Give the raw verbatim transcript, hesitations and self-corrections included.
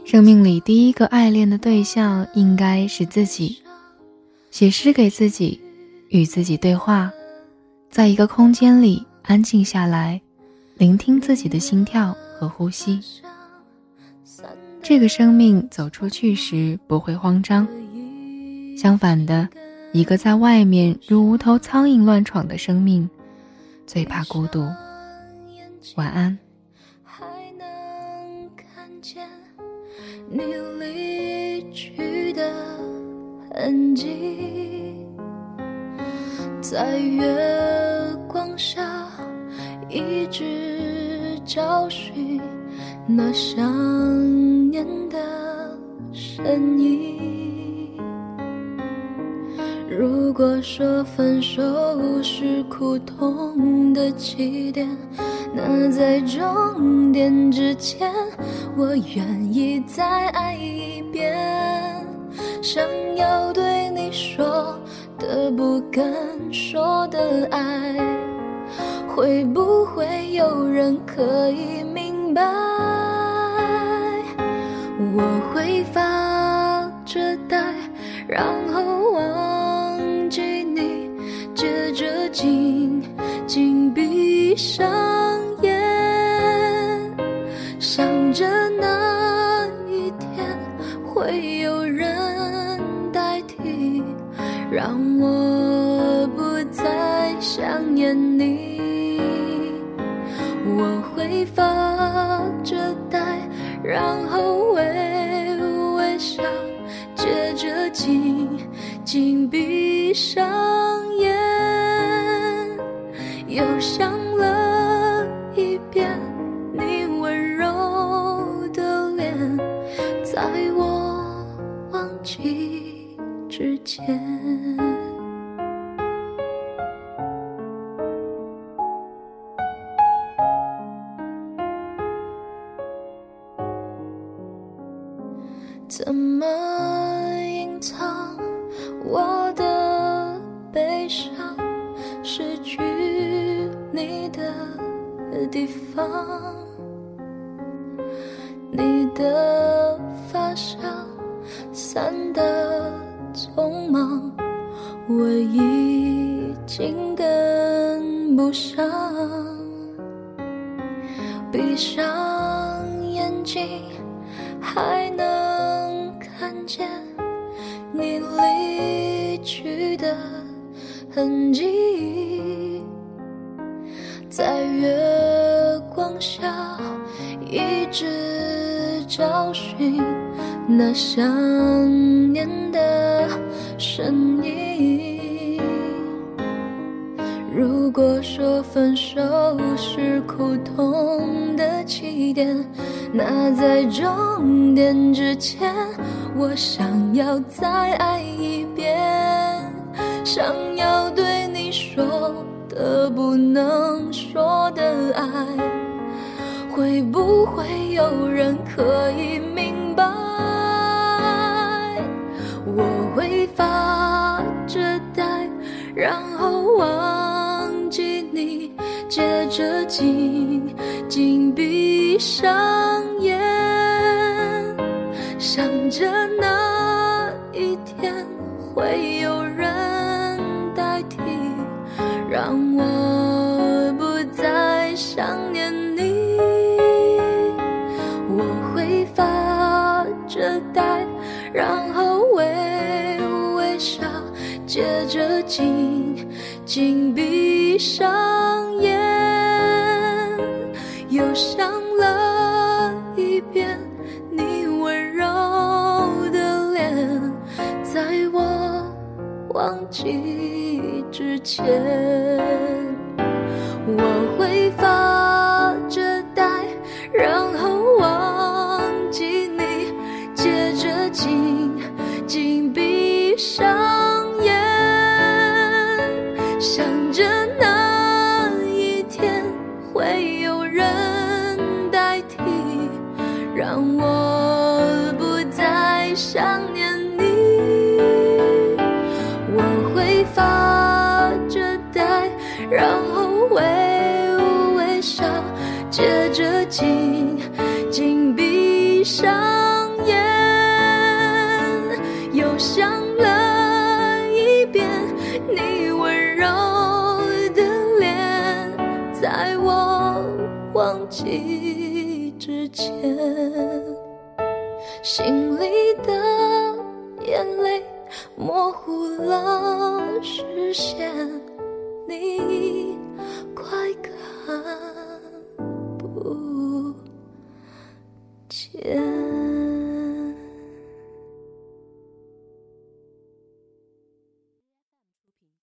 生命里第一个爱恋的对象应该是自己，写诗给自己，与自己对话，在一个空间里安静下来，聆听自己的心跳和呼吸。这个生命走出去时不会慌张，相反的，一个在外面如无头苍蝇乱闯的生命，最怕孤独。晚安。 还能看见你离去的痕迹，在月光下一直找寻那想念的身影。如果说分手是苦痛的起点，那在终点之前，我愿意再爱一遍。想要对你说的不敢说的爱，会不会有人可以明白？我会发着呆，然后忘记你，接着紧紧闭上眼，想着那一天会有人代替，让我不再想念你。我会发着呆，然后微微笑，接着紧紧闭上眼，又想了一遍你温柔的脸，在我忘记之前。怎么隐藏我的悲伤？失去你的地方，你的发香散得匆忙，我已经跟不上。闭上眼睛还能看见你离去的痕迹，在月光下一直找寻那想念的身影。如果说分手是苦痛的起点，那在终点之前，我想要再爱一遍。想要对你说的不能说的爱，会不会有人可以明白？我会发着呆，然后忘记你，接着紧紧闭上眼，想着那一天会有人代替，让我不再想念你。我会发着呆，然后微微笑，接着紧紧闭上眼，又想了一遍你温柔的脸，在我忘记之前。我会发着呆，然后忘记你，接着紧紧闭上眼，想着那一天会有人代替，让我不再想念你。我会发着呆，然后微微笑，接着紧紧闭上眼， 记之前，心里的眼泪模糊了视线，你